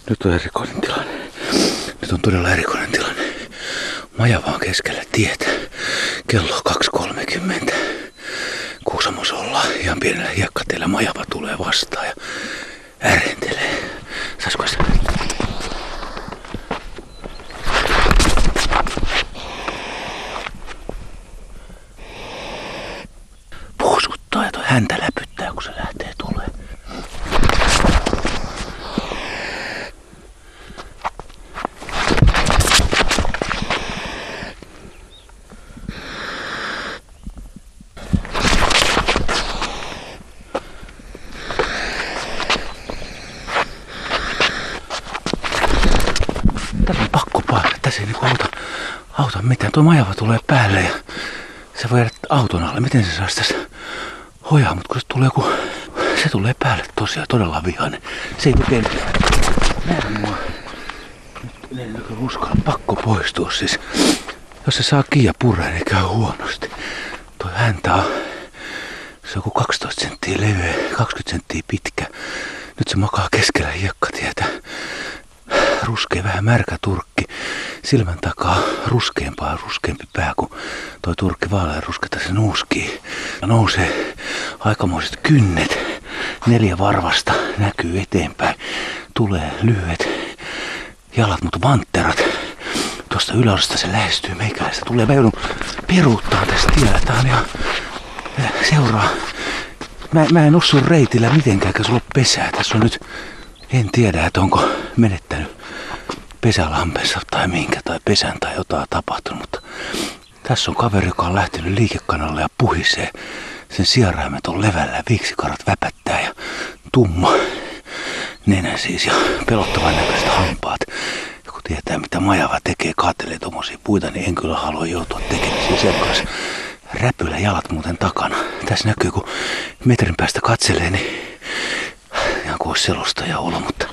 Nyt on erikoinen tilanne. Nyt on todella erikoinen tilanne. Majava on keskellä tietä. Kello 2.30. Kuusamossa ollaan ihan pienellä hiekkatiellä. Majava tulee vastaan ja ärentelee. Saisko sitä? Puuskuttaa ja toi häntä läpyttää, kun se lähtee tulee. Tässä on pakko painaa. Tässä ei niinku auta mitään. Tuo majava tulee päälle ja se voi jäädä auton alle. Miten se saisi tässä hojaa? Mutta kun se tulee se tulee päälle tosiaan todella vihainen. Se ei oikein näe mua. Nyt ei uskalla. Pakko poistua siis. Jos se saa kiinni ja pureen, niin käy huonosti. Tuo häntä on. Se on joku 12 senttiä leveä, 20 senttiä pitkä. Nyt se makaa keskellä hiekkatietä. Ruskea, vähän märkä turkki. Silmän takaa ruskeampi pää kuin toi turkki vaalean rusketa. Se nuuskii. Nousee aikamoiset kynnet. 4 varvasta näkyy eteenpäin. Tulee lyhyet jalat, mutta vantterat. Tuosta yläosasta se lähestyy meikäläistä. Tulee, mä joudun peruuttaa tästä tiellä. Tää on ihan seuraa. Mä en oo sun reitillä mitenkään, kun sulla on pesää. Tässä on nyt, en tiedä, että onko menettänyt pesälampensa tai minkä tai pesän tai jotain tapahtunut, mutta tässä on kaveri, joka on lähtenyt liikekanalle ja puhisee. Sen sijaraimet on levällä, viiksikarat väpättää ja tumma nenä siis ja pelottavan näköiset hampaat. Ja kun tietää mitä majava tekee, kaatelee tommosia puita, niin en kyllä halua joutua tekemisiin sen kanssa. Räpylä jalat muuten takana. Tässä näkyy, kun metrin päästä katselee, niin ihan kuin olisi selostaja olo, mutta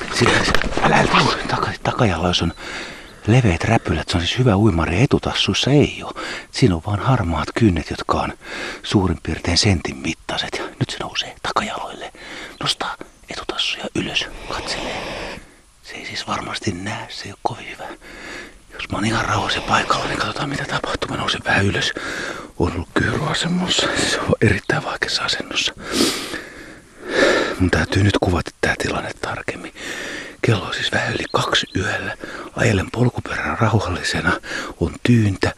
älä takajalla, jos on leveät räpylät, se on siis hyvä uimari, etutassuissa ei ole. Siinä on vaan harmaat kynnet, jotka on suurin piirtein sentin mittaiset. Ja nyt se nousee takajaloille, nostaa etutassuja ylös, katselee. Se ei siis varmasti näe, se ei ole kovin hyvä. Jos mä oon ihan rauhassa paikalla, niin katsotaan mitä tapahtuu. Mä nousen vähän ylös. Oon ollut kyyryasennossa, se on erittäin vaikeassa asennossa. Mun täytyy nyt kuvata tää tilanne tarkemmin. Kello on siis vähän yli 2 yöllä. Ajelen polkuperän rauhallisena. On tyyntä.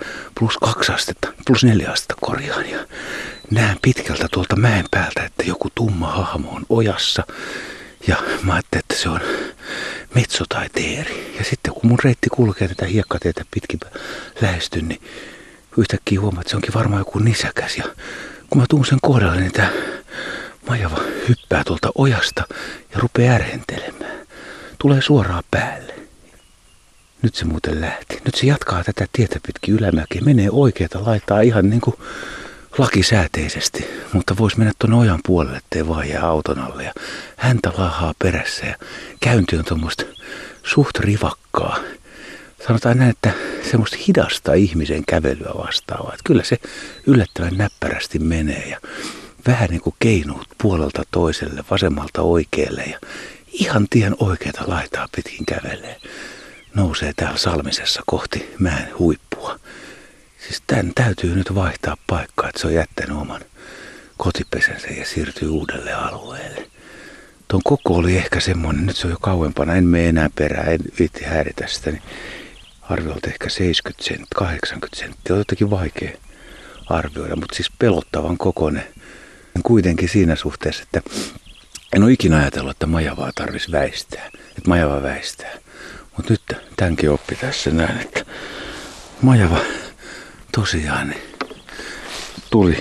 +2 +4 astetta korjaan. Ja näen pitkältä tuolta mäen päältä, että joku tumma hahmo on ojassa. Ja mä ajattelin, että se on metso tai teeri. Ja sitten kun mun reitti kulkee tätä hiekkatietä pitkin lähestyn, niin yhtäkkiä huomaan, että se onkin varmaan joku nisäkäs. Ja kun mä tuun sen kohdalle, niin tää majava hyppää tuolta ojasta ja rupeaa ärhentelemään. Tulee suoraan päälle. Nyt se muuten lähti. Nyt se jatkaa tätä tietä pitkin ylämäkeä. Menee oikeeta laittaa ihan niin kuin lakisääteisesti. Mutta voisi mennä tuonne ojan puolelle, ettei vaan jää auton alle. Ja häntä laahaa perässä ja käynti on tuommoista suht rivakkaa. Sanotaan näin, että semmoista hidasta ihmisen kävelyä vastaavaa. Että kyllä se yllättävän näppärästi menee ja vähän niin kuin keinuu puolelta toiselle, vasemmalta oikealle ja ihan tien oikeata laitaa pitkin kävelee. Nousee täällä Salmisessa kohti mäen huippua. Siis tän täytyy nyt vaihtaa paikkaa, että se on jättänyt oman kotipesänsä ja siirtyy uudelle alueelle. Tuon koko oli ehkä semmoinen, nyt se on jo kauempana, en mene enää perään, en viitti häiritä sitä, niin arviolta ehkä 70 senttiä, 80 senttiä. On jotenkin vaikea arvioida, mutta siis pelottavan kokoinen. Kuitenkin siinä suhteessa, että en ole ikinä ajatellut, että majavaa tarvitsisi väistää. Että majava väistää. Mutta nyt tämänkin oppi tässä näin, että majava tosiaan niin tuli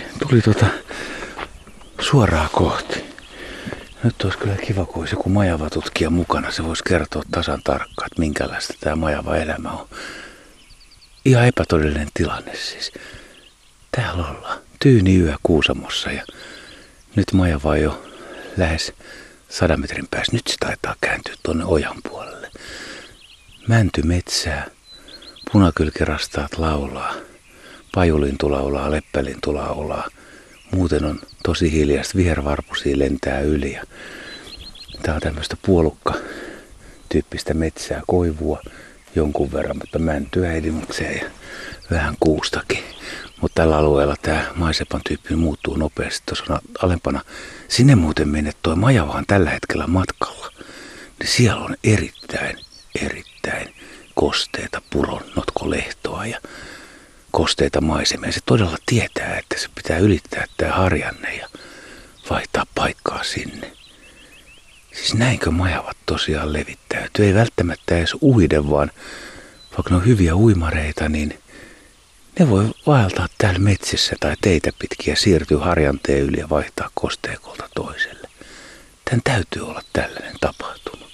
suoraan kohti. Nyt olisi kyllä kiva, kun olisi joku majavatutkija mukana. Se voisi kertoa tasan tarkkaan, että minkälaista tämä majava elämä on. Ihan epätodellinen tilanne siis. Täällä ollaan. Tyyni yö Kuusamossa ja nyt majava on jo lähes 100 metrin päässä. Nyt se taitaa kääntyä tuonne ojan puolelle. Mäntymetsää, punakylkirastaat laulaa, pajulintu laulaa, leppälintu laulaa. Muuten on tosi hiljaista, vihervarpusia lentää yli. Tää on tämmöistä puolukka tyyppistä metsää, koivua jonkun verran, mutta mäntyä, edimuksea ja vähän kuustakin. Mutta tällä alueella tämä maisepan tyyppi muuttuu nopeasti. Tuossa alempana, sinne muuten menee tuo Majava on tällä hetkellä matkalla. Niin siellä on erittäin kosteita puron notkolehtoa ja kosteita maisemia. Se todella tietää, että se pitää ylittää tämä harjanne ja vaihtaa paikkaa sinne. Siis näinkö majavat tosiaan levittäytyy? Ei välttämättä edes uiden, vaan vaikka ne on hyviä uimareita, niin ne voi vaeltaa täällä metsissä tai teitä pitkin ja siirtyä harjanteen yli ja vaihtaa kosteikolta toiselle. Tän täytyy olla tällainen tapahtuma.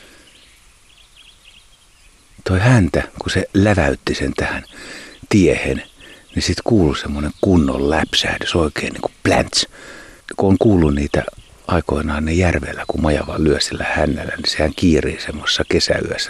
Toi häntä, kun se läväytti sen tähän tiehen, niin sit kuului semmonen kunnon läpsähdys, oikein niin kuin plänts. Kun on kuullut niitä aikoinaan ne järvellä, kun Majava lyö sillä hännällä, niin sehän kiirii semmoisessa kesäyössä.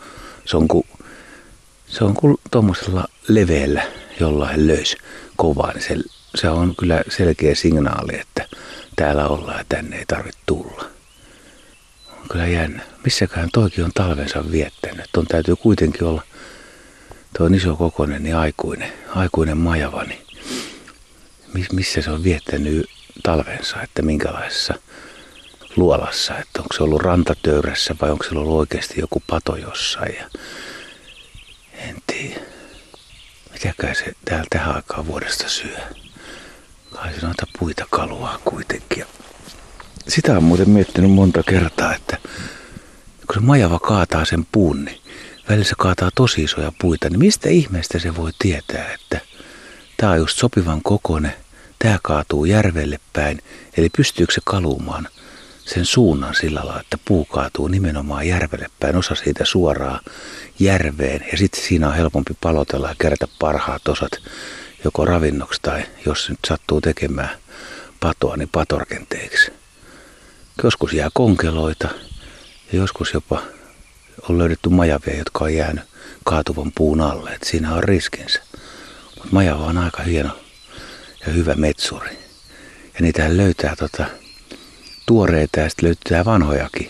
Se on kuin tuommoisella leveällä jollain löys kovaa, niin se on kyllä selkeä signaali, että täällä ollaan ja tänne ei tarvitse tulla. On kyllä jännä. Missäkään toikin on talvensa viettänyt. Ton täytyy kuitenkin olla, tuo on iso kokoinen, niin aikuinen Majava, niin missä se on viettänyt talvensa, että minkälaisessa luolassa, että onko se ollut rantatöyrässä vai onko se ollut oikeasti joku pato jossain ja en tiedä. Mitäkään se täällä tähän aikaan vuodesta syö. Kai se noita puita kaluaa kuitenkin. Sitä on muuten miettinyt monta kertaa, että kun se Majava kaataa sen puun, niin välillä se kaataa tosi isoja puita, niin mistä ihmeestä se voi tietää, että tää on just sopivan kokoinen, tää kaatuu järvelle päin, eli pystyykö se kaluumaan sen suunnan sillä lailla, että puu kaatuu nimenomaan järvelle päin, osa siitä suoraan järveen ja sitten siinä on helpompi palotella ja kerätä parhaat osat joko ravinnoksi tai jos nyt sattuu tekemään patoa, niin patorkenteeksi. Joskus jää konkeloita ja joskus jopa on löydetty majavia, jotka on jäänyt kaatuvan puun alle, että siinä on riskinsä. Mutta Majava on aika hieno ja hyvä metsuri. Ja niitähän löytää tuoreita ja sitten löytää vanhojakin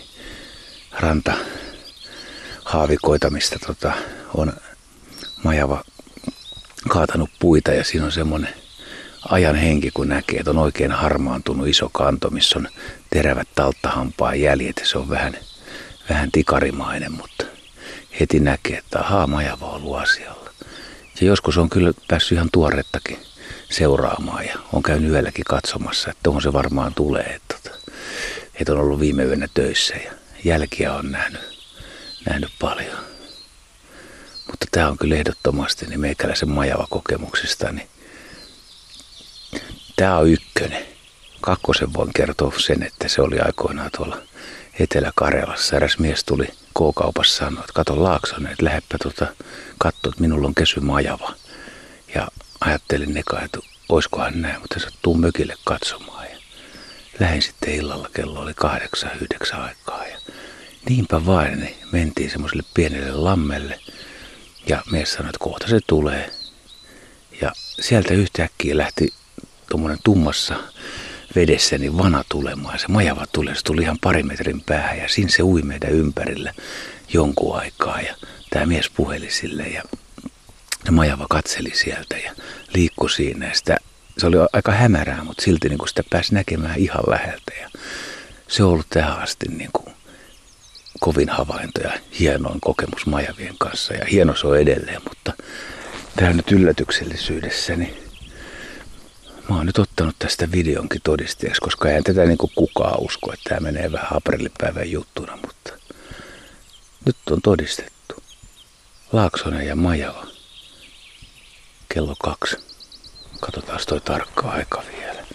rantahaavikoita, mistä on Majava kaatanut puita ja siinä on semmoinen ajan henki, kun näkee, että on oikein harmaantunut iso kanto, missä on terävät talttahampaan jäljet ja se on vähän tikarimainen, mutta heti näkee, että Majava on ollut asialla. Ja joskus on kyllä päässyt ihan tuorettakin seuraamaan ja on käynyt yölläkin katsomassa, että tuohon se varmaan tulee, että on ollut viime yönä töissä ja jälkiä on nähnyt paljon. Mutta tämä on kyllä ehdottomasti niin meikäläisen Majava-kokemuksista, niin tämä on ykkönen. Kakkosen voin kertoa sen, että se oli aikoinaan tuolla Etelä-Karjalassa. Eräs mies tuli K-kaupassa sanoa, että kato Laaksonen, että lähdepä katsoa, että minulla on kesy Majava. Ja ajattelin eka, että oiskohan näin, mutta se tuu mökille katsomaan. Ja lähdin sitten illalla, kello oli 8-9 aikaa. Ja niinpä vain, niin mentiin semmoiselle pienelle lammelle. Ja mies sanoi, että kohta se tulee. Ja sieltä yhtäkkiä lähti tuommoinen tummassa vedessä niin vana tulemaan. Se Majava tuli, se tuli ihan 2 metrin päähän ja siinä se ui meidän ympärillä jonkun aikaa. Ja tämä mies puheli sille ja Majava katseli sieltä ja liikkui siinä. Ja se oli aika hämärää, mutta silti niin kuin sitä pääsi näkemään ihan läheltä. Ja se on ollut tähän asti niin kuin kovin havainto ja hienoin kokemus Majavien kanssa. Ja hieno se on edelleen, mutta tämä nyt yllätyksellisyydessä, niin mä oon nyt ottanut tästä videonkin todisteeksi, koska eihän tätä niin kuin kukaan usko, että tämä menee vähän aprillipäivän juttuna, mutta nyt on todistettu. Laaksonen ja Majava. Kello 2. Katsotaan toi tarkka aika vielä.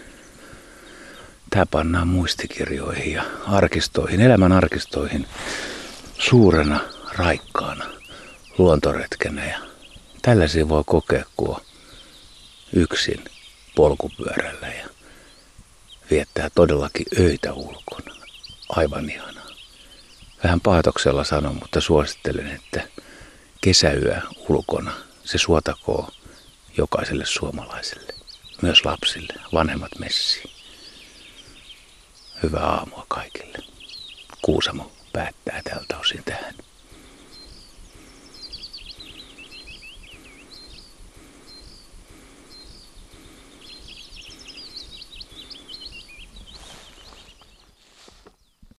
Tää pannaan muistikirjoihin ja arkistoihin, elämän arkistoihin suurena, raikkaana luontoretkenä. Ja tällaisia voi kokea, kun on yksin polkupyörällä ja viettää todellakin öitä ulkona. Aivan ihanaa. Vähän paatoksella sanon, mutta suosittelen, että kesäyö ulkona, se suotakoo jokaiselle suomalaiselle, myös lapsille, vanhemmat messiin. Hyvää aamua kaikille. Kuusamo. päättää tältä osin tämä